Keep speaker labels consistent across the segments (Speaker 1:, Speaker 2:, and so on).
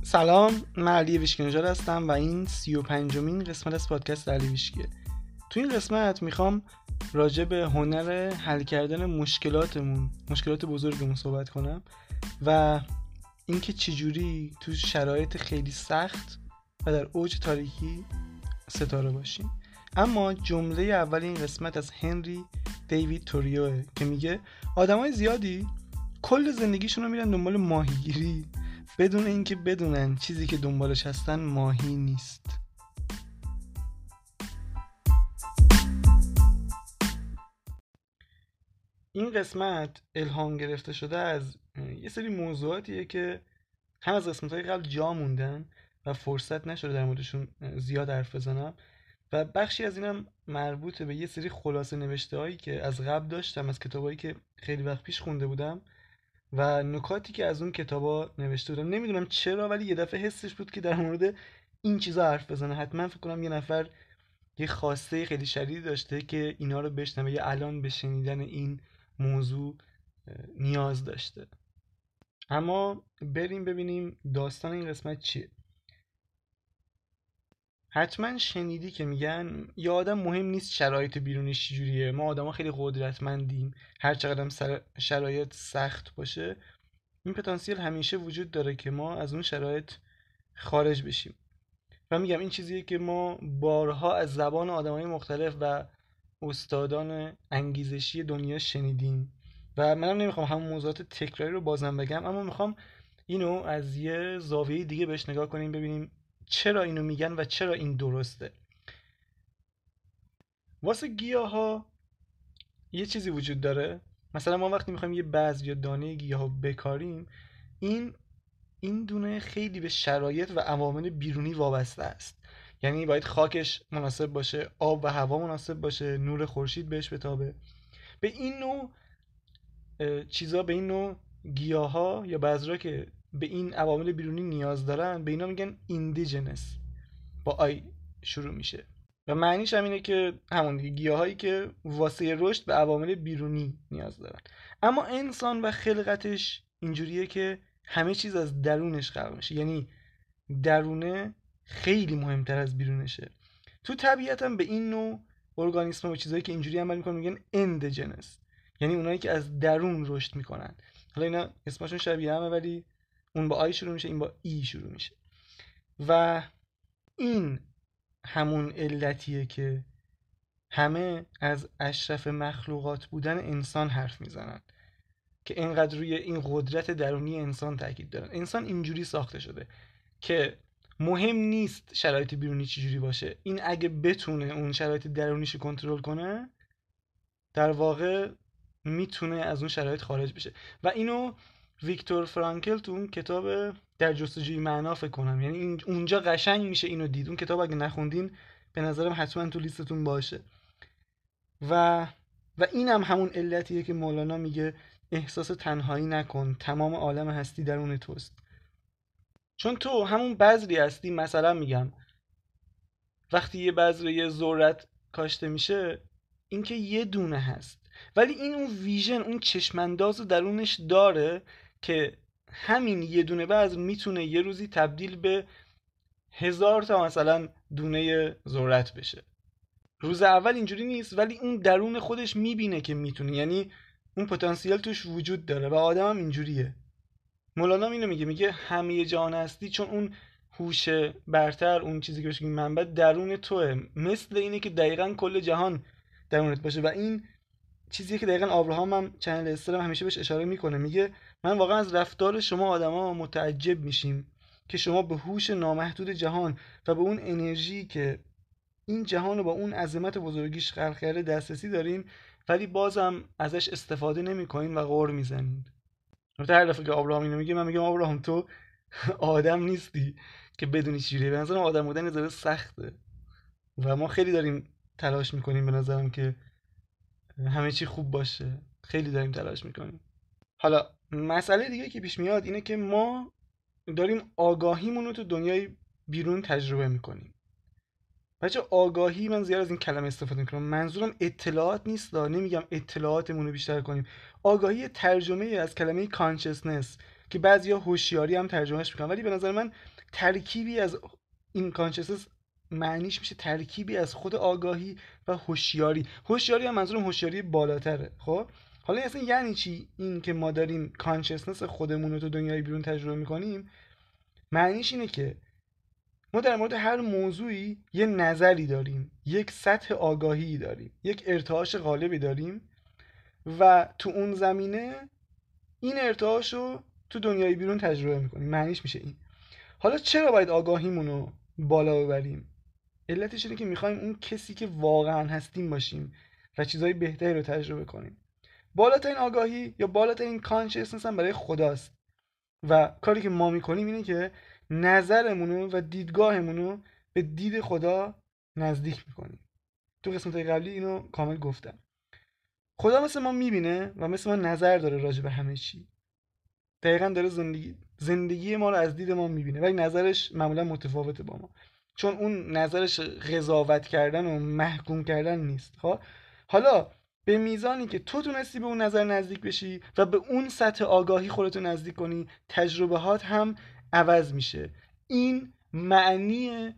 Speaker 1: سلام، من علی ویشکی نژاد هستم و این 35مین قسمت از پادکست علی ویشکیه. تو این قسمت میخوام راجع به هنر حل کردن مشکلات بزرگمون صحبت کنم و اینکه چجوری تو شرایط خیلی سخت و در اوج تاریکی ستاره باشیم. اما جمله اول این قسمت از هنری دیوید توریوه که میگه آدمای زیادی کل زندگیشون رو میرن دنبال ماهیگیری بدون اینکه بدونن چیزی که دنبالش هستن ماهی نیست. این قسمت الهام گرفته شده از یه سری موضوعاتیه که هم از قسمت‌های قبل جا موندن و فرصت نشده در موردشون زیاد حرف بزنم و بخشی از اینم مربوط به یه سری خلاصه نوشته‌هایی که از قبل داشتم از کتابایی که خیلی وقت پیش خونده بودم و نکاتی که از اون کتابا نوشته بودم. نمیدونم چرا ولی یه دفعه حسش بود که در مورد این چیزا حرف بزنه. حتما فکر کنم یه نفر یه خواسته خیلی شدیدی داشته که اینا رو بشنوه یا الان به شنیدن این موضوع نیاز داشته. اما بریم ببینیم داستان این قسمت چیه. حتما شنیدی که میگن یه آدم مهم نیست شرایط بیرونیش چجوریه، ما آدما خیلی قدرتمندیم، هر چقدر شرایط سخت باشه این پتانسیل همیشه وجود داره که ما از اون شرایط خارج بشیم. و میگم این چیزیه که ما بارها از زبان آدمای مختلف و استادان انگیزشی دنیا شنیدیم و منم نمیخوام همون موضوعات تکراری رو بازم بگم، اما میخوام اینو از یه زاویه دیگه بهش نگاه کنیم، ببینیم چرا اینو میگن و چرا این درسته. واسه گیاها یه چیزی وجود داره، مثلا ما وقتی میخوایم یه بذر یا دانه گیاه بکاریم این دونه خیلی به شرایط و عوامل بیرونی وابسته است. یعنی باید خاکش مناسب باشه، آب و هوا مناسب باشه، نور خورشید بهش بتابه. به این نوع چیزا، به این نوع گیاها یا بذرها که به این عوامل بیرونی نیاز دارن، به اینا میگن ایندیجنس، با آی شروع میشه و معنیش هم اینه که همون دیگه گیاهایی که واسه رشد به عوامل بیرونی نیاز دارن. اما انسان و خلقتش اینجوریه که همه چیز از درونش خلق میشه، یعنی درونه خیلی مهمتر از بیرونشه. تو طبیعت هم به این نوع ارگانیسم و چیزایی که اینجوری عمل میکنن میگن اندوجنس، یعنی اونایی که از درون رشد میکنن. حالا اینا اسمشون شبیه همه ولی اون با آی شروع میشه، این با ای شروع میشه. و این همون علتیه که همه از اشرف مخلوقات بودن انسان حرف میزنن که اینقدر روی این قدرت درونی انسان تاکید دارن. انسان اینجوری ساخته شده که مهم نیست شرایط بیرونی چجوری باشه، این اگه بتونه اون شرایط درونیشو کنترل کنه در واقع میتونه از اون شرایط خارج بشه. و اینو ویکتور فرانکل تو اون کتاب در جستجوی معنا فکر کنم، یعنی اونجا قشنگ میشه اینو دید. اون کتاب اگه نخوندین به نظرم حتما تو لیستتون باشه. و اینم همون علتیه که مولانا میگه احساس تنهایی نکن، تمام عالم هستی درون توست. چون تو همون بذری هستی. مثلا میگم وقتی یه بذر یه ذرت کاشته میشه این که یه دونه هست، ولی این اون ویژن، اون چشمانداز درونش داره که همین یه دونه بذر میتونه یه روزی تبدیل به 1000 تا مثلا دونه ذرت بشه. روز اول اینجوری نیست ولی اون درون خودش میبینه که میتونه، یعنی اون پتانسیل توش وجود داره. و آدم هم اینجوریه. مولانا اینو میگه همه جهان هستی، چون اون هوش برتر، اون چیزی که بهش میگیم منبع درون توه، مثل اینه که دقیقاً کل جهان درونت باشه. و این چیزیه که دقیقاً آبراهام هم چنل استرام همیشه بهش اشاره میکنه، میگه من واقعا از رفتار شما آدما متعجب میشیم که شما به هوش نامحدود جهان و به اون انرژی که این جهان رو با اون عظمت بزرگیش خلق کرده دسترسی دارین، ولی بازم ازش استفاده نمیکنین و غر میزنین. هر دفعه که آبراهام اینو میگه من میگم آبراهام تو آدم نیستی که بدونی چجوریه. به نظرم آدم بودن ذره سخته و ما خیلی داریم تلاش میکنیم به نظرم که همه چی خوب باشه، خیلی داریم تلاش میکنیم. حالا مسئله دیگه که پیش میاد اینه که ما داریم آگاهیمون رو تو دنیای بیرون تجربه میکنیم. بچه آگاهی، من زیاد از این کلمه استفاده میکنم، منظورم اطلاعات نیست، نمیگم اطلاعاتمون رو بیشتر کنیم. آگاهی ترجمه از کلمه کانشسنس که بعضیا هوشیاری هم ترجمهش میکنن، ولی به نظر من ترکیبی از این کانشسنس معنیش میشه ترکیبی از خود آگاهی و هوشیاری. هوشیاری هم منظورم هوشیاری بالاتره. خب حالا اصلا یعنی چی این که ما داریم کانشسنس خودمون رو تو دنیای بیرون تجربه میکنیم؟ معنیش اینه که ما در مورد هر موضوعی یه نظری داریم، یک سطح آگاهی داریم، یک ارتعاش غالبی داریم و تو اون زمینه این ارتعاش رو تو دنیای بیرون تجربه میکنیم. معنیش میشه این. حالا چرا باید آگاهیمون رو بالا ببریم؟ علتش اینه که میخوایم اون کسی که واقعا هستیم باشیم و چیزهای بهتری رو تجربه کنیم. بالاترین آگاهی یا بالاترین کانشسنس هم برای خداست و کاری که ما میکنیم اینه که نظرمون و دیدگاهمون رو به دید خدا نزدیک میکنیم. تو قسمت قبلی اینو کامل گفتم. خدا مثل ما میبینه و مثل ما نظر داره راجع به همه چی. دقیقا داره زندگی ما رو از دید ما میبینه ولی نظرش معمولا متفاوته با ما، چون اون نظرش قضاوت کردن و محکوم کردن نیست. خب حالا به میزانی که تو تونستی به اون نظر نزدیک بشی و به اون سطح آگاهی خودتو نزدیک کنی، تجربهات هم عوض میشه. این معنی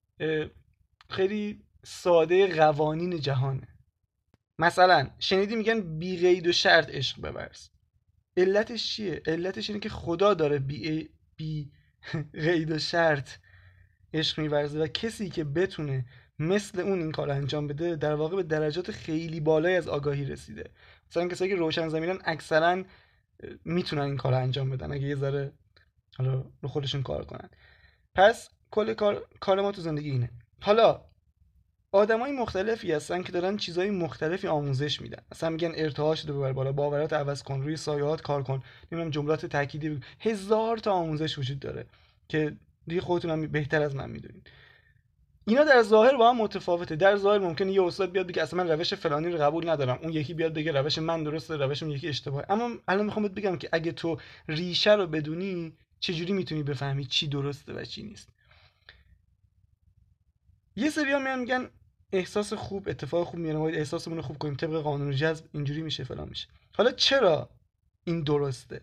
Speaker 1: خیلی ساده قوانین جهانه. مثلا شنیدی میگن بی قید و شرط عشق بورز. علتش چیه؟ علتش اینه که خدا داره بی قید و شرط عشق میورزه و کسی که بتونه مثل اون این کار انجام بده در واقع به درجات خیلی بالایی از آگاهی رسیده. مثلا کسایی که روشن ضمیرن اکثرا میتونن این کار انجام بدن اگه یه ذره حالا رو خودشون کار کنن. پس کل کار ما تو زندگی اینه. حالا آدمای مختلفی هستن که دارن چیزای مختلفی آموزش میدن. مثلا میگن ارتعاش رو ببر بالا، باورات عوض کن، روی سایه‌هات کار کن، نمیدونم جملات تأکیدی بگو. هزار تا آموزش وجود داره که دیگه خودتون هم بهتر از من میدونین. اینا در ظاهر با هم متفاوته. در ظاهر ممکنه یه استاد بیاد بگه اصلا من روش فلانی رو قبول ندارم، اون یکی بیاد بگه روش من درسته، روش اون یکی اشتباهه. اما الان میخوام بهت بگم که اگه تو ریشه رو بدونی چجوری میتونی بفهمی چی درسته و چی نیست. یه سری‌ها میگن احساس خوب اتفاق خوب میاره، باید احساسمون رو خوب کنیم، طبق قانون جذب اینجوری میشه فلان میشه. حالا چرا این درسته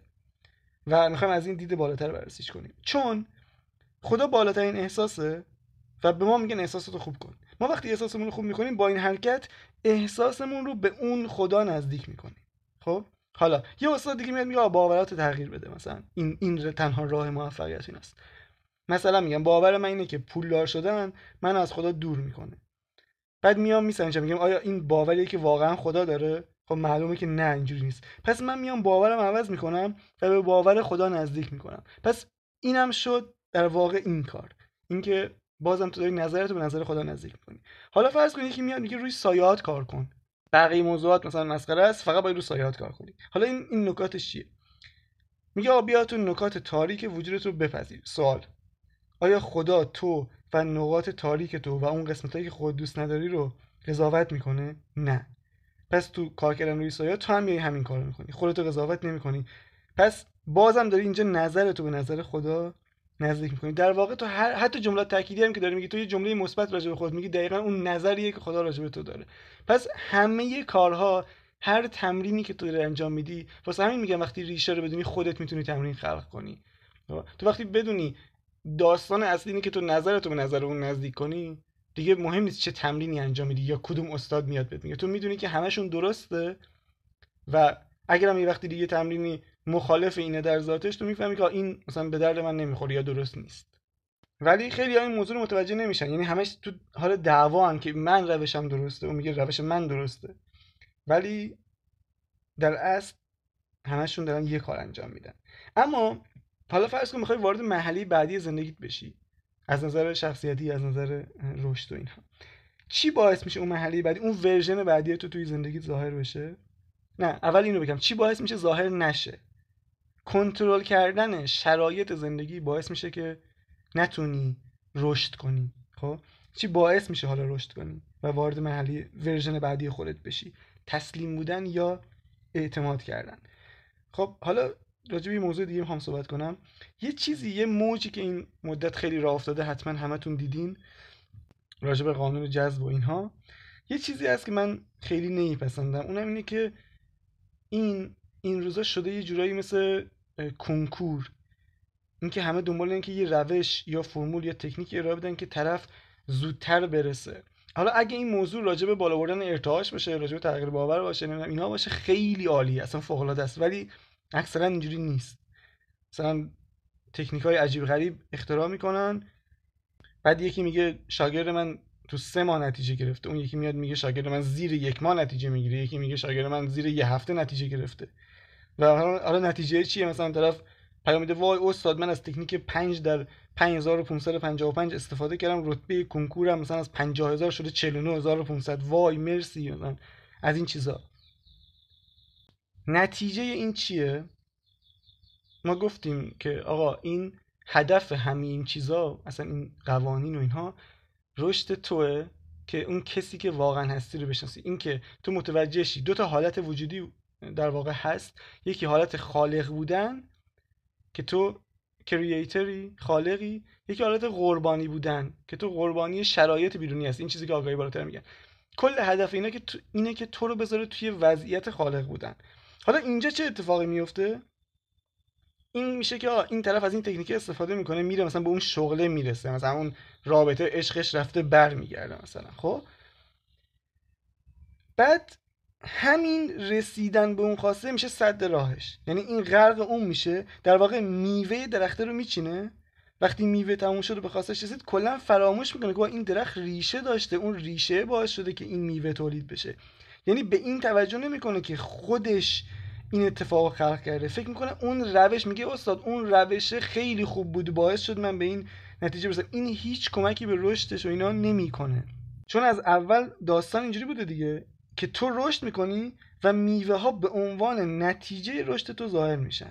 Speaker 1: و میخوایم از این دید بالاتر بررسیش کنیم؟ چون خدا بالاترین احساسه و به ما میگن احساساتو خوب کن. ما وقتی احساسمون رو خوب میکنیم با این حرکت احساسمون رو به اون خدا نزدیک میکنیم. خب حالا یه استاد دیگه میاد میگه باورات تغییر بده، مثلا این تنها راه موفقیت ایناست. مثلا میگم باور من اینه که پولدار شدن من از خدا دور میکنه. بعد میام میسنجم میگم آیا این باوریه که واقعا خدا داره؟ خب معلومه که نه، اینجوری نیست. پس من میام باورم عوض میکنم و به باور خدا نزدیک میکنم. پس اینم شد در واقع این کار، اینکه بازم تو داری نظرتو به نظر خدا نزدیک میکنی. حالا فرض کن یکی میاد میگه روی سایه‌هات کار کن، بقیه موضوعات مثلا مسخره است، فقط باید روی سایه‌هات کار کنی. حالا این نکاتش چیه؟ میگه آقا بیا تو نکات تاریک وجودت رو بپذیر. سوال: آیا خدا تو و نقاط تاریک تو و اون قسمتایی که خود دوست نداری رو قضاوت میکنه؟ نه. پس تو کار کردن روی سایه تو هم میای همین کارو میکنی، خودتو قضاوت نمیکنی. پس بازم داری اینجا نظرتو به نظر خدا نزدیک میکنی. در واقع تو حتی جملات تأکیدی هم که داری میگی، تو یه جمله مثبت راجع به خودت میگی، دقیقاً اون نظریه که خدا راجع به تو داره. پس همه کارها، هر تمرینی که تو داری انجام میدی، واسه همین میگم وقتی ریشه رو بدونی خودت میتونی تمرین خلق کنی. تو وقتی بدونی داستان اصلی اینه که تو نظرتو به نظر اون نزدیک کنی، دیگه مهم نیست چه تمرینی انجام میدی یا کدوم استاد میاد بهت میگه، تو میدونی که همشون درسته و اگرم یه وقتی دیگه تمرینی مخالف اینه در ذاتش، تو میفهمی که این مثلا به درد من نمیخوره یا درست نیست. ولی خیلی ها این موضوع رو متوجه نمیشن، یعنی همش تو حال دعوا ان که من روشم درسته، اون میگه روش من درسته، ولی در اصل همشون دارن یه کار انجام میدن. اما حالا فرض کن میخوای وارد مرحله بعدی زندگیت بشی، از نظر شخصیتی، از نظر رشد و اینها، چی باعث میشه اون مرحله بعدی، اون ورژن بعدی تو توی زندگیت ظاهر بشه؟ نه، اول اینو بگم چی باعث میشه ظاهر نشه. کنترل کردن شرایط زندگی باعث میشه که نتونی رشد کنی. خب چی باعث میشه حالا رشد کنی و وارد مرحله ورژن بعدی خودت بشی؟ تسلیم بودن یا اعتماد کردن؟ خب حالا راجع به موضوع دیگه میخوام صحبت کنم. یه موجی که این مدت خیلی راه افتاده، حتما همتون دیدین، راجع به قانون جذب و اینها. یه چیزی هست که من خیلی نمیپسندم، اونم اینه که این روزا شده یه جورایی مثل کنکور اینکه همه دنبال این که یه روش یا فرمول یا تکنیکی ارائه بدن که طرف زودتر برسه. حالا اگه این موضوع راجع به بالا بردن ارتعاش باشه، راجع به تغییر باور باشه، نمیدونم اینا باشه، خیلی عالیه، اصلا فوق العاده است. ولی اکثرا اینجوری نیست. مثلا تکنیک‌های عجیب غریب اختراع میکنن، بعد یکی میگه شاگرد من تو 3 ماه نتیجه گرفته، اون یکی میاد میگه شاگرد من زیر 1 ماه نتیجه میگیره، یکی میگه شاگرد من زیر 1 هفته نتیجه گرفته. و حالا نتیجه چیه؟ مثلا طرف پیام میده وای استاد من از تکنیک 5 در 5555 استفاده کردم، رتبه کنکورم مثلا از 50000 شده 49500، وای مرسی. مثلا از این چیزا. نتیجه این چیه؟ ما گفتیم که آقا این هدف همین چیزا، اصلا این قوانین و اینها، رشد توه که اون کسی که واقعا هستی رو بشناسی. این که تو متوجه شی دو تا حالت وجودی در واقع هست، یکی حالت خالق بودن که تو کریئتوری، خالقی، یکی حالت قربانی بودن که تو قربانی شرایط بیرونی هست. این چیزی که آگاهی بالاتر میگن. کل هدف اینه که تو رو بذاره توی وضعیت خالق بودن. حالا اینجا چه اتفاقی میفته؟ این میشه که این طرف از این تکنیک استفاده میکنه، میره مثلا به اون شغله میرسه، مثلا اون رابطه عشقش رفته بر میگرده مثلا. خب بعد همین رسیدن به اون خواسته میشه سد راهش، یعنی این غرق اون میشه، در واقع میوه درخته رو میچینه. وقتی میوه تموم شده به خواستش رسید، کلا فراموش میکنه که این درخت ریشه داشته، اون ریشه باعث شده که این میوه تولید بشه. یعنی به این توجه نمیکنه که خودش این اتفاق خلق کرده، فکر میکنه اون روش، میگه استاد اون روش خیلی خوب بود باعث شد من به این نتیجه برسم. این هیچ کمکی به رشدش و اینا نمیکنه، چون از اول داستان اینجوری بوده دیگه که تو رشد میکنی و میوه ها به عنوان نتیجه رشد تو ظاهر میشن.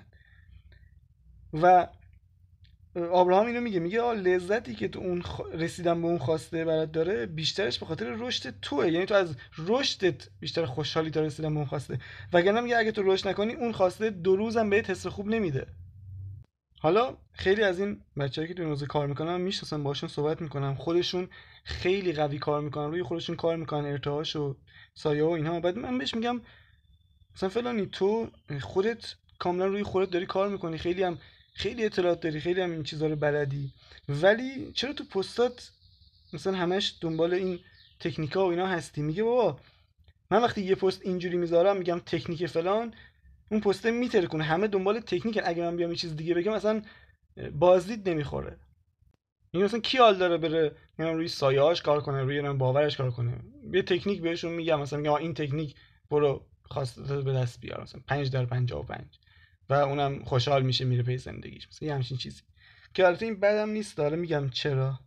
Speaker 1: و آبراهام اینو میگه لذتی که تو اون رسیدن به اون خواسته برات داره بیشترش به خاطر رشد توئه، یعنی تو از رشدت بیشتر خوشحالی تا رسیدن به اون خواسته. وگرنه میگه اگه تو رشد نکنی اون خواسته 2 روزم بهت حس خوب نمیده. حالا خیلی از این بچه‌ای که تو این حوزه کار میکنن من میشناسم، باهاشون صحبت میکنم، خودشون خیلی قوی کار میکنن، روی خودشون کار میکنن، ارتعاش و سایه و اینها. بعد من بهش میگم مثلا فلانی تو خودت کاملا روی خودت داری کار میکنی، خیلی اطلاعات داری، خیلی هم این چیزا رو بلدی، ولی چرا تو پستات مثلا همش دنبال این تکنیکا و اینا هستی؟ میگه بابا من وقتی یه پست اینجوری میذارم میگم تکنیک فلان، اون پسته میترکونه، همه دنبال تکنیکن. اگه من بیام یه چیز دیگه بگم مثلا بازدید نمیخوره. این مثلا کی حال داره بره روی سایه‌اش کار کنه، روی باورش کار کنه؟ یه تکنیک بهشون میگم، مثلا میگم این تکنیک برو خواسته به دست بیار، مثلا 5 در 55، و اونم خوشحال میشه میره پی زندگیش، مثلا یه همچین چیزی. که البته این بدم نیست، داره میگم چرا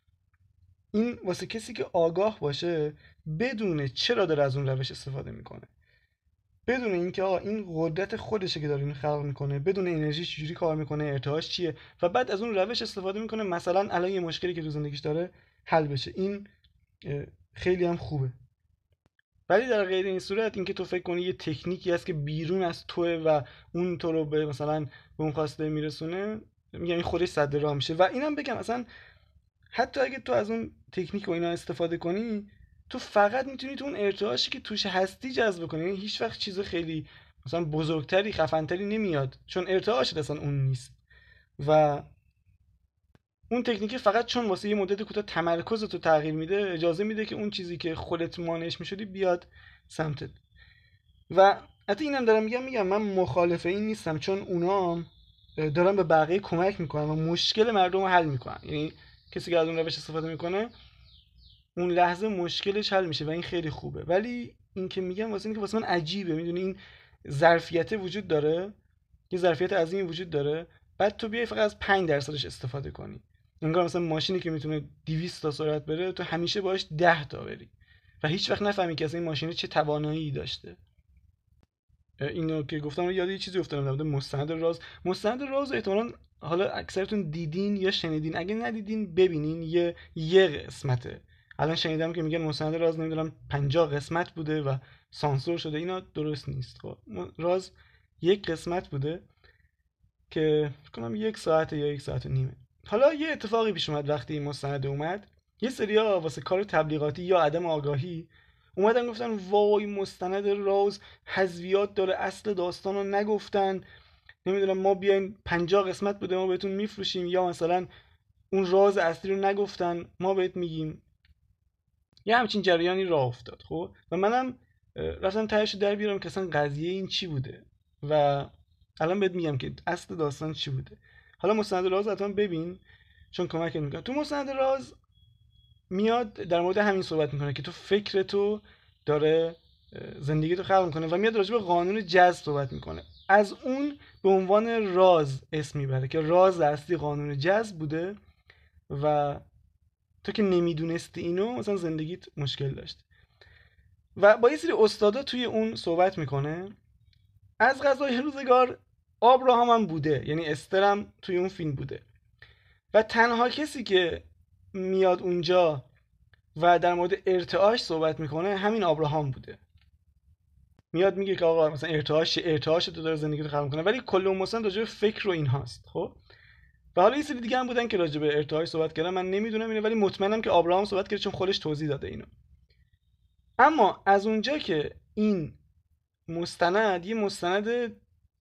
Speaker 1: این واسه کسی که آگاه باشه بدونه چرا داره از اون روش استفاده میکنه، بدون اینکه این قدرت خودشه که داره اینو خلق میکنه، بدون انرژی چجوری کار میکنه، ارتعاش چیه، و بعد از اون روش استفاده میکنه مثلا الان یه مشکلی که تو زندگیش داره حل بشه. این خیلی هم خوبه. ولی در غیر این صورت، اینکه تو فکر کنی یه تکنیکی هست که بیرون از توه و اون تو رو به مثلا به اون خواسته میرسونه، میگم این خودش سد راه میشه. و اینم بگم مثلا حتی اگه تو از اون تکنیک و اینا استفاده کنی، تو فقط میتونی تو اون ارتعاشی که توش هستی جذب کنی، یعنی هیچ وقت چیز خیلی مثلا بزرگتری خفنتری نمیاد، چون ارتعاش اصلا اون نیست. و اون تکنیک فقط چون واسه یه مدت کوتاه تمرکزتو تغییر میده، اجازه میده که اون چیزی که خودت مانعش میشدی بیاد سمتت. و حتی اینم دارم میگم من مخالف این نیستم، چون اونا دارن به بقیه کمک میکنن و مشکل مردم رو حل میکنن. یعنی کسی که از اون روش استفاده میکنه اون لحظه مشکلش حل میشه و این خیلی خوبه. ولی این که میگم واسه این که واسه من عجیبه، میدونی این ظرفیت وجود داره، یه ظرفیت عظیمی وجود داره، بعد تو بیای فقط از 5% استفاده کنی. انگار مثلا ماشینی که میتونه 200 تا سرعت بره، تو همیشه باش 10 تا بری و هیچ وقت نفهمی که اصلا این ماشین چه توانایی داشته. اینو که گفتم رو یاد یه چیزی افتادم، در مورد مستند راز احتمالاً حالا اکثرتون دیدین یا شنیدین، اگه ندیدین ببینین، یه قسمته. الان شنیدم که میگن مستند راز نمیدونم 50 قسمت بوده و سانسور شده، اینا درست نیست. خب راز یک قسمت بوده که فکر کنم 1 ساعت یا 1 ساعت و نیمه. حالا یه اتفاقی پیش اومد وقتی این مستند اومد، یه سریا واسه کار تبلیغاتی یا عدم آگاهی اومدن گفتن وای مستند راز حذویات داره، اصل داستان رو نگفتن، نمیدونم ما بیایم 50 قسمت بوده ما بهتون میفروشیم، یا مثلا اون راز اصلی رو نگفتن ما بهت میگیم. یه همچین جریانی راه افتاد. خب و منم رفتم تهش در بیارم که اصلا قضیه این چی بوده و الان بهت میگم که اصل داستان چی بوده. حالا مستند راز حتما ببین چون کمکت میکنه. تو مستند راز میاد در مورد همین صحبت میکنه که تو فکر تو داره زندگی تو خلق میکنه و میاد راجع به قانون جذب صحبت میکنه. از اون به عنوان راز اسم میبره که راز اصلی قانون جذب بوده و تو که نمیدونستی اینو مثلا زندگیت مشکل داشت. و با یه سری استادا توی اون صحبت میکنه. از غذای روزگار آبراهام هم بوده، یعنی استرم توی اون فیلم بوده و تنها کسی که میاد اونجا و در مورد ارتعاش صحبت میکنه همین آبراهام بوده. میاد میگه که آقا مثلا ارتعاش تو داره زندگی رو خراب میکنه، ولی کل اون مثلا راجع به فکر و این هاست. خب و حالا یه سری دیگه هم بودن که راجع به ارتعاش صحبت کردن، من نمیدونم اینو، ولی مطمئنم که آبراهام صحبت کرده چون خودش توضیح داده اینو. اما از اونجا که این مستند یه مستند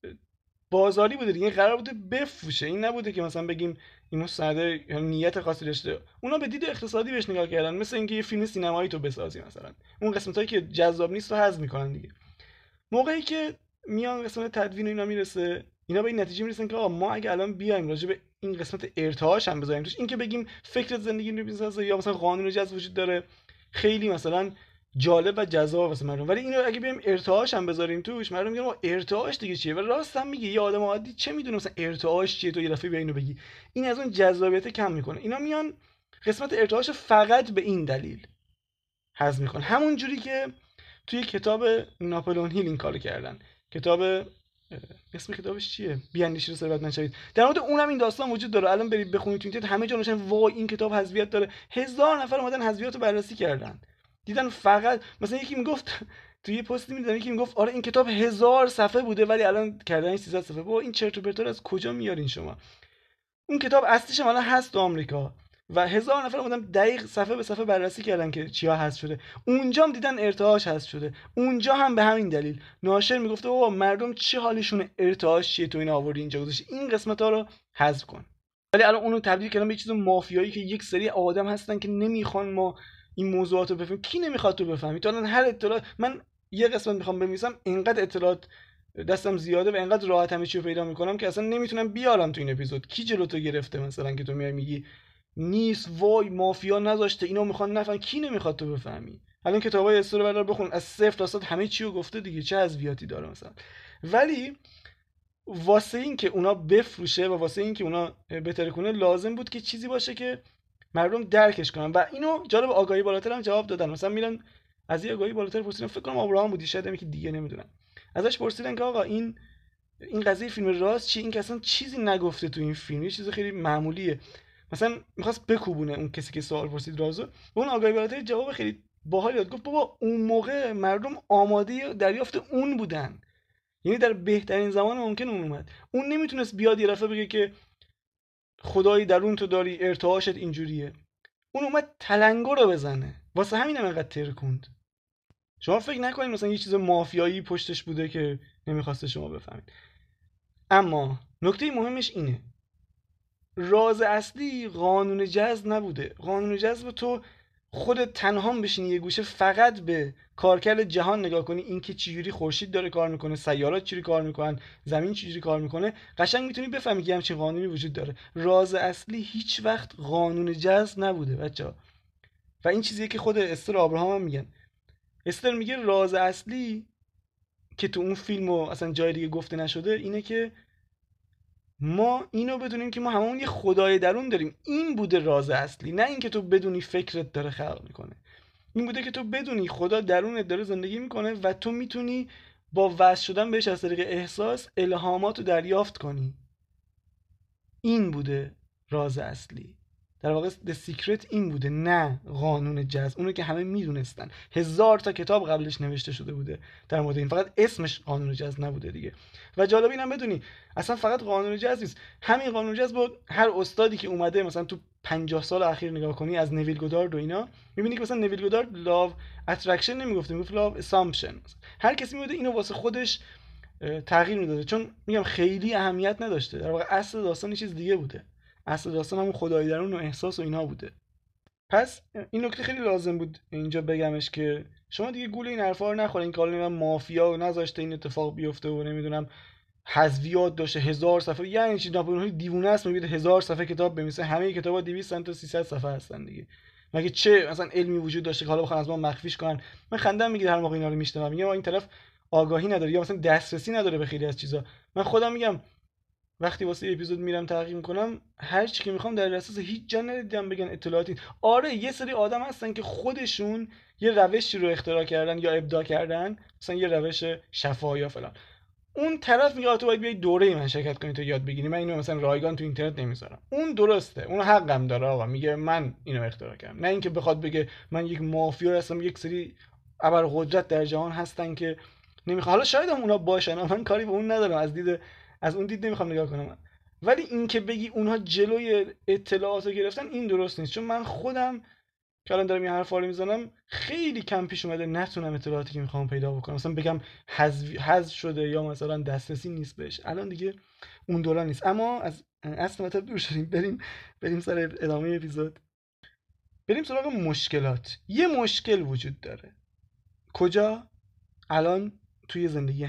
Speaker 1: بازاری بوده دیگه، قرار بوده بفروشه، این نبوده که مثلا بگیم این مستند نیت خاصی داشته. اونا به دید اقتصادی بهش نگاه کردن، مثل اینکه یه فیلم سینمایی تو بسازی مثلا اون قسمتایی که جذاب نیست رو حذف میکنن دیگه. موقعی که میان قسمت تدوین اینا میرسه، اینا به این نتیجه میرسن که آقا ما اگه الان بیایم راجع به این قسمت ارتعاش هم بذاریم توش، این که بگیم فکر زندگی رو میسازه یا مثلا قانون جذب وجود داره، خیلی مثلا جالب و جذاب واسه مردم، ولی اینو اگه بیایم ارتعاش هم بذاریم توش، مردم میگن ارتعاش دیگه چیه؟ و راست هم میگه، یه آدم عادی چه میدونه مثلا ارتعاش چیه؟ تو یه دفعه بیا اینو بگی، این از اون جذابیت کم میکنه. اینا میان قسمت ارتعاش فقط به این دلیل حذف میکنن، همون جوری که توی کتاب ناپلئون هیل این کارو کردن. کتاب اسم کتابش چیه؟ بیاندیشید و ثروتمند شوید. در مورد اونم این داستان وجود داره. الان برید بخونید تو اینترنت همه جا نوشتن وای این کتاب حذفیت داره. 1000 نفر اومدن حذفیات رو بررسی کردن، دیدن فقط مثلا یکی میگفت توی یه پستی میدیدم یکی میگفت آره این کتاب 1000 صفحه بوده ولی الان کردن 300 صفحه. بابا این چرت و پرتا از کجا میارین شما؟ اون کتاب اصلیش الان هست تو آمریکا و 1000 نفر اومدن دقیق صفحه به صفحه بررسی کردن که چیا حذف شده. اونجا هم دیدن ارتعاش حذف شده، اونجا هم به همین دلیل ناشر میگفته بابا مردم چه حالشونه، ارتعاش چیه تو این آوردی اینجا گذاشتی، این قسمت ها رو حذف کن. ولی الان اونو تبدیل کردن به چیز مافیایی که یک سری آدم هستن که نمیخوان ما این موضوعات رو بفهمیم. کی نمیخواد تو بفهمی؟ تو الان هر اطلاعات، من یه قسمت میخوام بنویسم اینقدر اطلاعات دستم زیاده و اینقدر راحت همه چی رو پیدا میکنم که اصلا نمیتونم بیارم تو این اپیزود. کی جلو تو گرفته مثلا که تو میای میگی نیست، وای مافیا نذاشته اینو میخوان نفهم؟ کی نمیخواد تو بفهمی؟ الان کتابای استو رو بردار بخون، از صفر تا صد همه چی رو گفته دیگه، چه حذفیاتی داره مثلا. ولی واسه این که اونا بفروشه و واسه این که اونا بهتر کنه لازم بود که چیزی باشه که مردم درکش کنن و اینو جالب آگاهی بالاتر هم جواب دادن. مثلا میرن از یه آگاهی بالاتر پرسیدن، فکر کنم آبراهام بودی، شاید یکی دیگه نمیدونم، ازش پرسیدن که آقا این قضیه فیلم راست چی؟ این که اصلا چیزی نگفته تو این فیلم، یه چیز خیلی معمولیه. مثلا میخواست بکوبونه اون کسی که سوال پرسید رازو، اون آگاهی بالاتر جواب خیلی باحالی داد. گفت بابا اون موقع مردم آماده دریافت اون بودن، یعنی در بهترین زمان ممکن اون اومد. اون نمیتونست بیاد یه دفعه بگه که خدایی درون تو داری ارتعاشت اینجوریه. اون اومد تلنگر رو بزنه، واسه همین هم انقدر ترکوند. شما فکر نکنید مثلا یه چیز مافیایی پشتش بوده که نمیخواسته شما بفهمید. اما نکته مهمش اینه، راز اصلی قانون جذب نبوده. قانون جذب تو خودت تنها بشینی یه گوشه فقط به کارکرد جهان نگاه کنی، اینکه چجوری خورشید داره کار میکنه، سیارات چجوری کار میکنن، زمین چجوری کار میکنه، قشنگ میتونی بفهمی که همچین قانونی وجود داره. راز اصلی هیچ وقت قانون جذب نبوده بچه‌ها. و این چیزیه که خود استر آبراهام هم میگن. استر میگه راز اصلی که تو اون فیلم و اصلا جای دیگه گفته نشده اینه که ما اینو بدونیم که ما هممون یه خدای درون داریم. این بوده راز اصلی، نه اینکه تو بدونی فکرت داره خلق میکنه. این بوده که تو بدونی خدا درونت داره زندگی میکنه و تو میتونی با وصل شدن بهش از طریق احساس الهامات رو دریافت کنی. این بوده راز اصلی. در واقع The Secret این بوده، نه قانون جذب. اونو که همه میدونستن، 1000 تا کتاب قبلش نوشته شده بوده در مورد این، فقط اسمش قانون جذب نبوده دیگه. و جالب اینم بدونی اصلا فقط قانون جذب نیست، همین قانون جذب هر استادی که اومده مثلا تو 50 سال اخیر نگاه کنی، از نویل گودارد و اینا، میبینی که مثلا نویل گودارد لاو اترکشن نمیگفته، میگفت لاو اسامپشن. هر کسی میوده اینو واسه خودش تغییر میداده، چون میگم خیلی اهمیت نداشته. در واقع اصل داستان یه چیز دیگه بوده. اصل داستان همون خدای درون و احساس و اینا بوده. پس این نکته خیلی لازم بود اینجا بگمش که شما دیگه گول این حرفا رو نخورین که حالا مافیا نذاشته این اتفاق بیفته و نمیدونم حذویات داشته 1000 صفحه. یعنی چی؟ ناپلئون دیوونه است میگه 1000 صفحه کتاب بنویسه؟ همه کتابا 200 تا 300 صفحه هستن دیگه. مگه چه مثلا علمی وجود داشته که حالا بخوام از ما مخفیش کنن؟ من خندم میگیره هر موقع اینا رو میشنوم. میگم این طرف آگاهی نداره یا مثلا دسترسی نداره به خیلی از چیزا. من خودم میگم وقتی واسه اپیزود میرم تحقیق میکنم، هر چی که میخوام در اساس هیچ جا ندیدم بگن اطلاعاتی. آره یه سری آدم هستن که خودشون یه روشی رو اختراع کردن یا ابداع کردن، مثلا یه روش شفا یا فلان. اون طرف میگه تو باید بیای دوره من شرکت کنی تو یاد بگیری. من اینو مثلا رایگان تو اینترنت نمیذارم. اون درسته، اون حقم داره آقا، میگه من اینو اختراع کردم. نه اینکه بخواد بگه من یک مافیا هستم، یک سری ابرقدرت در جهان هستن که نمیخوام. حالا شاید هم اونا باشن، من کاری به اون ندارم، از اون دید نمیخوام نگاه کنم. ولی اینکه بگی اونها جلوی اطلاعات رو گرفتن، این درست نیست. چون من خودم که الان دارم این حرفا رو میزنم خیلی کم پیش اومده نتونم اطلاعاتی که میخوام پیدا بکنم، مثلا بگم حذف شده یا مثلا دسترسی نیست بهش. الان دیگه اون دوران نیست. اما از اصل مطلب دور شدیم. بریم سر ادامه اپیزود. بریم سراغ مشکلات. یه مشکل وجود داره. کجا؟ الان توی زندگی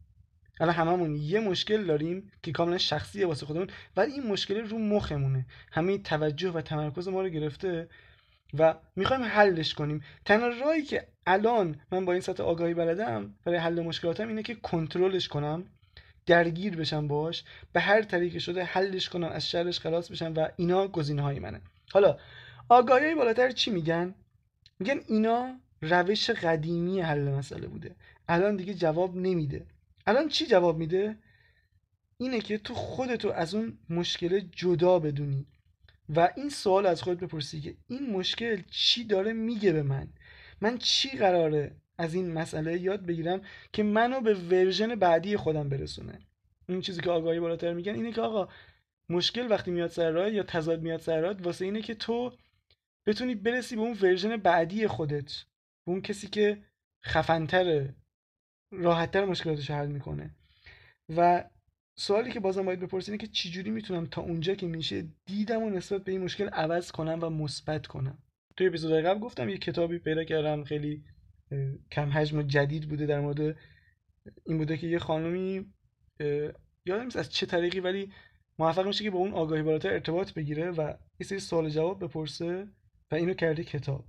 Speaker 1: الان هممون یه مشکل داریم که کاملا شخصیه واسه خودمون، ولی این مشکل رو مخمونه، همه توجه و تمرکز ما رو گرفته و میخوایم حلش کنیم. تنها راهی که الان من با این سطح آگاهی بلدم برای حل مشکلاتم اینه که کنترلش کنم، درگیر بشم باش، به هر طریقی شده حلش کنم، از شرش خلاص بشم و اینا گزینه‌های منه. حالا آگاهی بالاتر چی میگن؟ میگن اینا روش قدیمی حل مسئله بوده، الان دیگه جواب نمیده. الان چی جواب میده؟ اینه که تو خودتو از اون مشکل جدا بدونی و این سوال از خودت بپرسی که این مشکل چی داره میگه به من چی قراره از این مسئله یاد بگیرم که منو به ورژن بعدی خودم برسونه. این چیزی که آگاهی بالاتر میگن اینه که آقا مشکل وقتی میاد سر راه یا تضاد میاد سر راه، واسه اینه که تو بتونی برسی به اون ورژن بعدی خودت، به اون کسی که خفن‌تره، راحت‌تر مشکلاتش رو حل میکنه. و سوالی که بازم باید بپرسید اینه که چجوری میتونم تا اونجا که میشه دیدم و نسبت به این مشکل عوض کنم و مثبت کنم. توی اپیزود قبل گفتم یه کتابی پیدا کردم خیلی کم حجم و جدید بوده، در مورد این بوده که یه خانومی یادم نیست از چه طریقی ولی موفق میشه که با اون آگاهی بالاتر ارتباط بگیره و یه سری سوال جواب بپرسه و اینو کرده کتاب.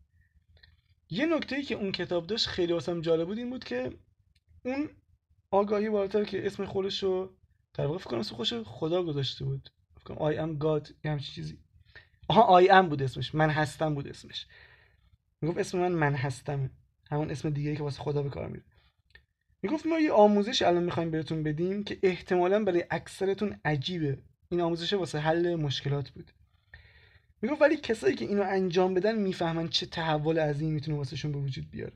Speaker 1: یه نکته‌ای که اون کتاب داشت خیلی واسم جالب بود این بود که اون آگاهی بالاتر که اسم خودشو در واقع فکر کنم اسم خودشو خدا گذاشته بود، فکر کنم I am God یا همچین چیزی. I am بود اسمش، من هستم بود اسمش. میگفت اسم من هستمه، همون اسم دیگه‌ای که واسه خدا به کار میره. میگفت ما یه آموزش الان میخوایم بهتون بدیم که احتمالاً برای اکثرتون عجیبه. این آموزش واسه حل مشکلات بود. میگفت ولی کسایی که اینو انجام بدن میفهمن چه تحول عظیمی میتونه واسهشون به وجود بیاره.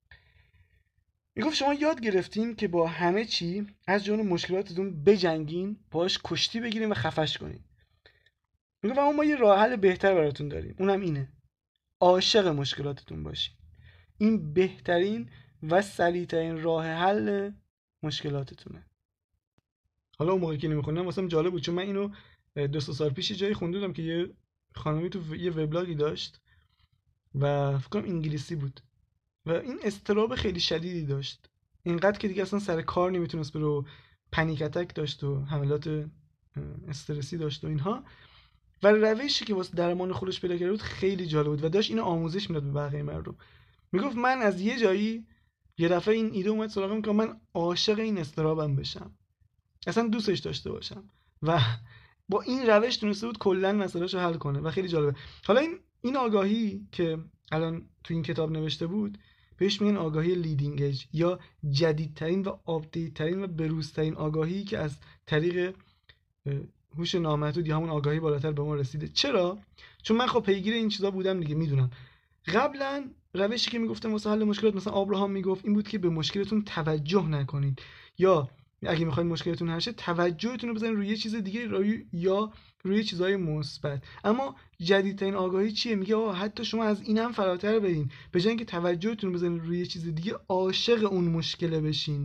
Speaker 1: میگفت شما یاد گرفتین که با همه چی از جمله مشکلاتتون بجنگین، باهاش کشتی بگیرین و خفش کنین. میگفت اما ما یه راه حل بهتر براتون داریم، اونم اینه: عاشق مشکلاتتون باشین. این بهترین و سریعترین راه حل مشکلاتتونه. حالا اون موقعی که نمیخوندم واسم جالب بود، چون من اینو 2 سال پیش جایی خوندم که یه خانمی تو یه وبلاگی داشت و فکر کنم انگلیسی بود و این اضطراب خیلی شدیدی داشت، اینقدر که دیگه اصلا سر کار نمیتونست بره، پنیک اتک داشت و حملات استرسی داشت و اینها. و روشی که واسه درمان خودش پیدا کرده بود خیلی جالب بود و داشت اینو آموزش میداد به بقیه مردم. میگفت من از یه جایی یه دفعه این ایده اومد سراغم که من عاشق این اضطرابم بشم، اصلا دوستش داشته باشم و با این روش تونسته بود کلا مسئله‌شو حل کنه و خیلی جالبه. حالا این آگاهی که الان تو این کتاب نوشته بود بهش میگن آگاهی لیدینگ اج یا جدیدترین و آپدیت ترین و بروزترین آگاهی که از طریق هوش نامحدود یا همون آگاهی بالاتر به ما رسیده. چرا؟ چون من خب پیگیر این چیزا بودم دیگه، میدونم. قبلا روشی که میگفتم واسه حل مشکلات، مثلا آبراهام میگفت این بود که به مشکلتون توجه نکنید، یا اگه میخواید مشکلتون حل شه توجهتون رو بزنید روی یه چیز دیگه یا روی چیزای مثبت. اما جدیدترین آگاهی چیه؟ میگه آقا حتی شما از اینم فراتر برین، به جای اینکه توجهتون رو بزنید روی یه چیز دیگه عاشق اون مشکل بشین.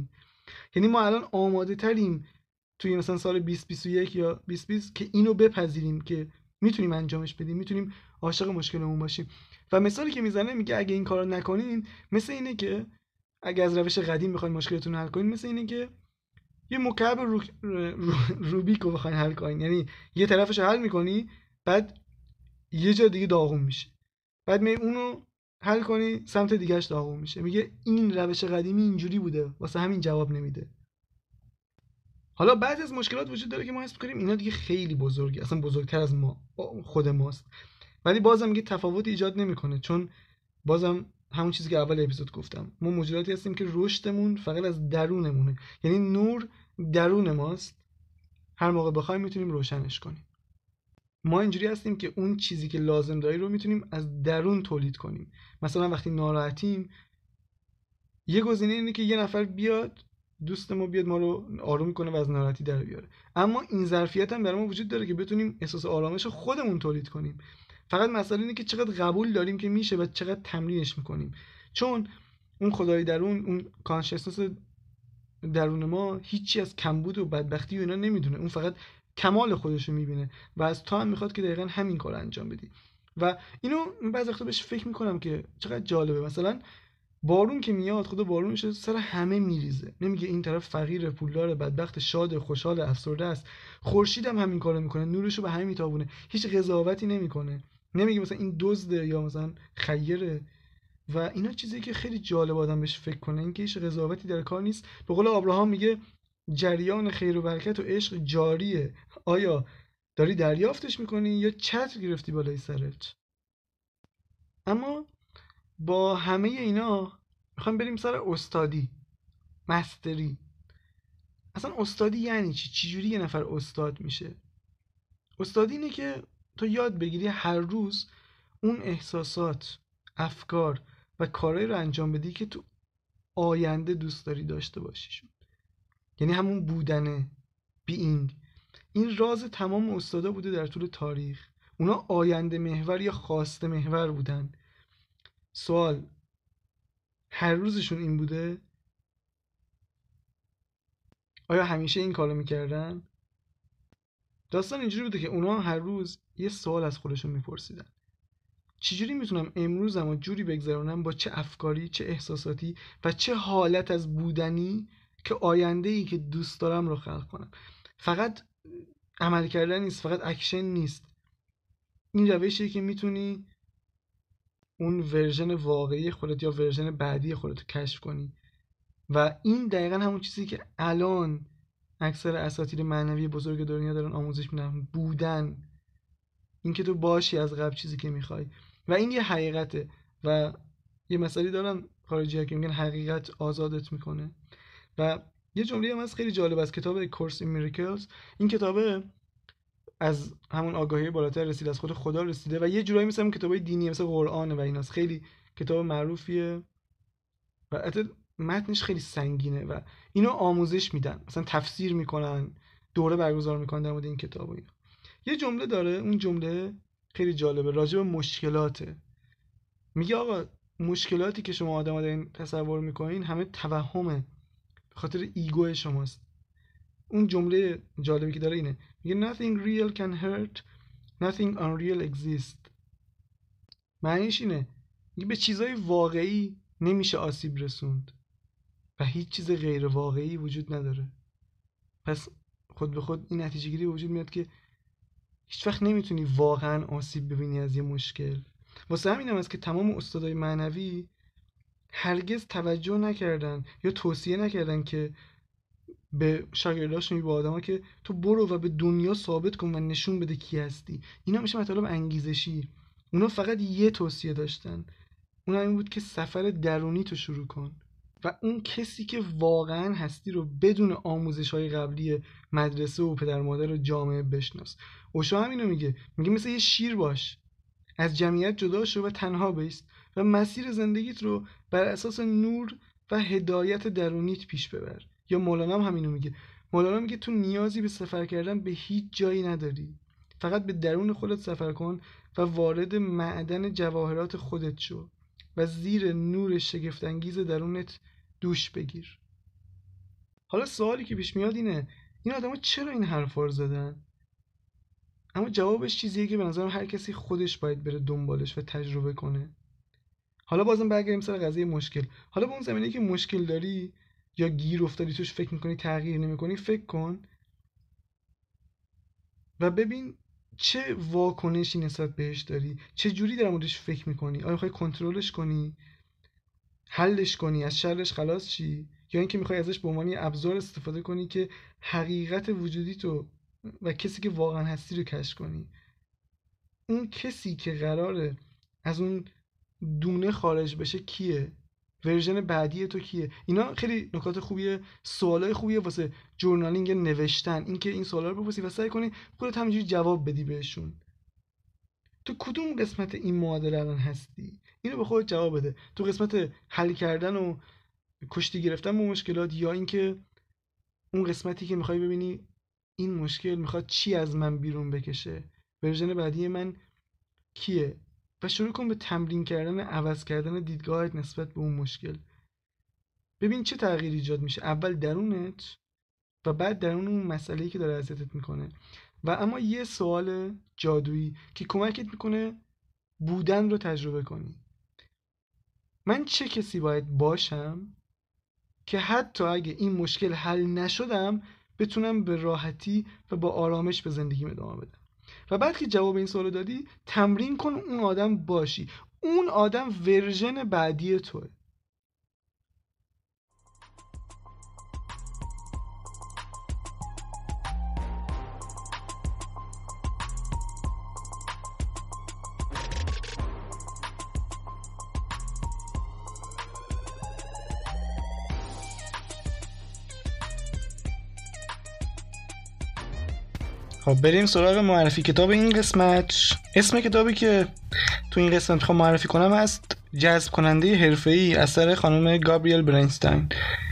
Speaker 1: یعنی ما الان آماده تریم توی مثلا سال 2021 یا 2020 که اینو بپذیریم که میتونیم انجامش بدیم، میتونیم عاشق مشکلمون باشیم. و مثالی که میزنه میگه اگه این کارو نکنین مثل اینه که اگه از روش قدیم بخواید مشکلتون حل کنین، مثل اینه که یه مکعب روبیک رو بخواید حل کنین. یعنی یه طرفش حل میکنی، بعد یه جا دیگه داغون میشه، بعد می اونو حل کنی سمت دیگهش داغون میشه. میگه این روش قدیمی اینجوری بوده، واسه همین جواب نمیده. حالا بعضی از مشکلات وجود داره که ما حس می‌کنیم اینا دیگه خیلی بزرگه، اصلا بزرگتر از ما خود ماست، ولی بازم میگه تفاوتی ایجاد نمیکنه، چون بازم همون چیزی که اول اپیزود گفتم، ما موجوداتی هستیم که رشدمون فقط از درونمونه. یعنی نور درون ماست، هر موقع بخوایم میتونیم روشنش کنیم. ما اینجوری هستیم که اون چیزی که لازم داری رو میتونیم از درون تولید کنیم. مثلا وقتی ناراحتیم، یه گزینه اینه که یه نفر بیاد، دوست ما بیاد ما رو آروم کنه و از ناراحتی در بیاره، اما این ظرفیت هم برای ما وجود داره که بتونیم احساس آرامش رو خودمون تولید کنیم. فقط مسئله اینه که چقدر قبول داریم که میشه و چقدر تمرینش میکنیم. چون اون خدای درون، اون کانشسنس درون ما هیچی از کمبود و بدبختی و اینا نمیدونه، اون فقط کمال خودش رو میبینه و از تو هم میخواد که دقیقاً همین کار انجام بدی. و اینو بعضی وقتا بهش فکر میکنم که چقدر جالبه. مثلا بارون که میاد، خدا بارونش سر همه میریزه، نمیگه این طرف فقیر، پولدار، بدبخت، شاد، خوشحال، افسرده است. خورشید هم همین کارو میکنه، نورشو به همه میتابونه، هیچ قضاوتی نمیکنه، نمیگه مثلا این دزده یا مثلا خیره. و اینا چیزی که خیلی جالب آدم بهش فکر کنه، اینکه هیچ قضاوتی در کار نیست. به قول ابراهام میگه جریان خیر و برکت و عشق جاریه، آیا داری دریافتش میکنی یا چتر گرفتی بالای سرت؟ اما با همه اینا میخوایم بریم سر استادی، مستری. اصلا استادی یعنی چی؟ چجوری یه نفر استاد میشه؟ استادی اینه که تو یاد بگیری هر روز اون احساسات، افکار و کارهایی رو انجام بدی که تو آینده دوست داری داشته باشیشون. یعنی همون بودنه، بیینگ. این راز تمام استادا بوده در طول تاریخ. اونا آینده محور یا خواسته محور بودن. سوال، هر روزشون این بوده؟ آیا همیشه این کارو میکردن؟ داستان اینجوری بوده که اونا هر روز یه سوال از خودشون میپرسیدن: چجوری میتونم امروزم رو جوری بگذرونم، با چه افکاری، چه احساساتی و چه حالت از بودنی که آینده‌ای که دوست دارم رو خلق کنم. فقط عمل کردن نیست، فقط اکشن نیست. این روشیه که میتونی اون ورژن واقعی خودت یا ورژن بعدی خودت رو کشف کنی. و این دقیقا همون چیزی که الان اکثر اساتید معنوی بزرگ دنیا دارن آموزش میدن: بودن، اینکه تو باشی از قبل چیزی که میخوای. و این یه حقیقته و یه مسئله دارن خارجی‌ها که میگن حقیقت آزادت میکنه. و یه جمله هم هست خیلی جالب از کتاب کورس این میریکلز. این کتابه از همون آگاهی بالاتر رسید، از خود خدا رسیده و یه جورایی مثل کتابای دینی مثل قرآن و ایناست. خیلی کتاب معروفیه و البته متنش خیلی سنگینه و اینو آموزش میدن، مثلا تفسیر میکنن، دوره برگزار میکنن در مورد این کتاب و اینا. یه جمله داره، اون جمله خیلی جالبه، راجع به مشکلاته. میگه آقا مشکلاتی که شما آدم‌ها دارین تصور میکنین همه توهمه، به خاطر ایگو شماست. اون جمله جالبی که داره اینه، میگه nothing real can hurt, nothing unreal exists. معنیش اینه، میگه به چیزای واقعی نمیشه آسیب رسوند و هیچ چیز غیر واقعی وجود نداره. پس خود به خود این نتیجه گیری وجود میاد که هیچ وقت نمیتونی واقعا آسیب ببینی از یه مشکل. واسه همین هم است که تمام استادای معنوی هرگز توجه نکردن یا توصیه نکردن که به شاگرداشون، به آدما، که تو برو و به دنیا ثابت کن و نشون بده کی هستی. اینا میشه مطالب انگیزشی. اونا فقط یه توصیه داشتن، اون این بود که سفر درونی تو شروع کن و اون کسی که واقعا هستی رو بدون آموزش‌های قبلی مدرسه و پدر مادر و جامعه بشناس. اوشو همینو میگه مثل یه شیر باش، از جمعیت جدا شو و تنها بیست و مسیر زندگیت رو بر اساس نور و هدایت درونیت پیش ببر. یا مولانا هم همینو میگه. مولانا میگه تو نیازی به سفر کردن به هیچ جایی نداری، فقط به درون خودت سفر کن و وارد معدن جواهرات خودت شو و زیر نور شگفت‌انگیز درونت دوش بگیر. حالا سوالی که پیش میاد اینه این آدما چرا این حرفا رو زدن؟ اما جوابش چیزیه که به نظرم هر کسی خودش باید بره دنبالش و تجربه کنه. حالا بازم برگردیم سر قضیه مشکل. حالا به اون زمینه‌ای که مشکل داری یا گیر افتادی توش فکر می‌کنی تغییر نمی‌کنی، فکر کن و ببین چه واکنشی نسبت بهش داری، چه جوری در موردش فکر می‌کنی. آیا می‌خوای کنترلش کنی، حلش کنی، از شرش خلاص شی، یا اینکه می‌خوای ازش به عنوان ابزار استفاده کنی که حقیقت وجودی تو و کسی که واقعا هستی رو کشف کنی. اون کسی که قراره از اون دونه خارج بشه کیه؟ ورژن بعدی تو کیه؟ اینا خیلی نکات خوبیه، سوالای خوبیه واسه جورنالینگ نوشتن، اینکه این سوالا رو بپرسی و سعی کنی خودت همینجوری جواب بدی بهشون. تو کدوم قسمت این معادله الان هستی؟ اینو به خودت جواب بده. تو قسمت حل کردن و کشتی گرفتن با مشکلات، یا اینکه اون قسمتی که میخوای ببینی این مشکل میخواد چی از من بیرون بکشه، ورژن بعدی من کیه؟ و شروع کن به تمرین کردن، عوض کردن دیدگاهت نسبت به اون مشکل. ببین چه تغییری ایجاد میشه، اول درونت و بعد درون اون مسئله‌ای که داره اذیتت میکنه. و اما یه سوال جادویی که کمکت میکنه بودن رو تجربه کنی. من چه کسی باید باشم که حتی اگه این مشکل حل نشدم بتونم به راحتی و با آرامش به زندگیم ادامه بدم؟ و بعد که جواب این سوال دادی، تمرین کن اون آدم باشی. اون آدم ورژن بعدی توه. خب بریم سراغ معرفی کتاب این قسمت. اسم کتابی که تو این قسمت میخوام معرفی کنم هست جذب کننده حرفه‌ای، اثر خانم گابریل برینستاین.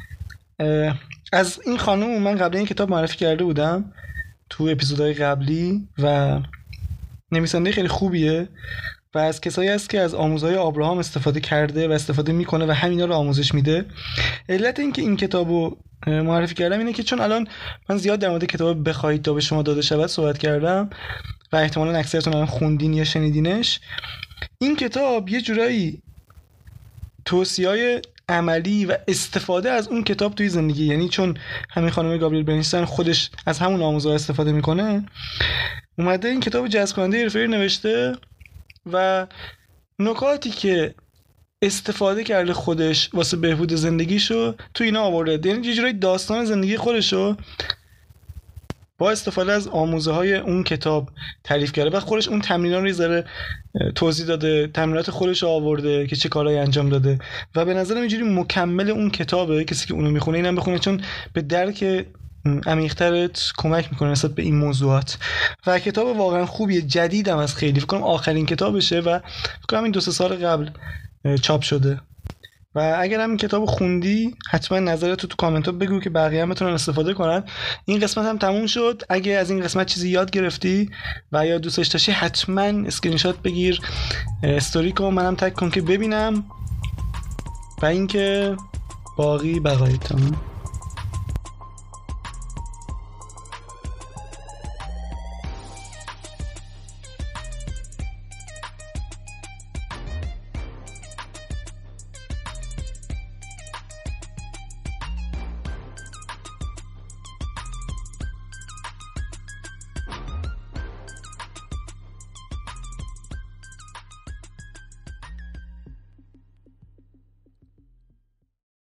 Speaker 1: از این خانم من قبل این کتاب معرفی کرده بودم تو اپیزودهای قبلی و نویسنده خیلی خوبیه و از کسایی است که از آموزهای آبراهام استفاده کرده و استفاده میکنه و همینا رو آموزش میده. علت این که این کتابو معرفی کردم اینه که چون الان من زیاد در مورد کتاب بخواید تا به شما داده شود صحبت کردم و احتمالاً اکثرتون الان خوندین یا شنیدینش. این کتاب یه جورایی توصیه‌های عملی و استفاده از اون کتاب توی زندگی، یعنی چون همین خانم گابریل برینستاین خودش از همون آموزها استفاده میکنه، اومده این کتاب جذب کننده حرفه‌ای نوشته و نکاتی که استفاده کرده خودش واسه بهبود زندگیشو تو اینا آورده. یعنی یه جورایی داستان زندگی خودشو با استفاده از آموزه های اون کتاب تعریف کرده و خودش اون تمرینات رو ذره توضیح داده، تمرینات خودش رو آورده که چه کارهایی انجام داده و به نظرم اینجوری مکمل اون کتابه. کسی که اونو میخونه اینم بخونه چون به درک عمیق‌ترت کمک میکنه نسبت به این موضوعات. و کتاب واقعا خوبیه، جدیدم از خیلی، فکر کنم آخرین کتابشه و فکر کنم این 2-3 سال قبل چاپ شده. و اگر هم این کتابو خوندی حتما نظرتو تو کامنت ها بگو که بقیه هم بتونن استفاده کنن. این قسمت هم تموم شد. اگه از این قسمت چیزی یاد گرفتی و یا دوستش داشتی حتما اسکرین شات بگیر، استوری کن، منم تگ کن که ببینم. و اینکه باقی بقایی. تمام.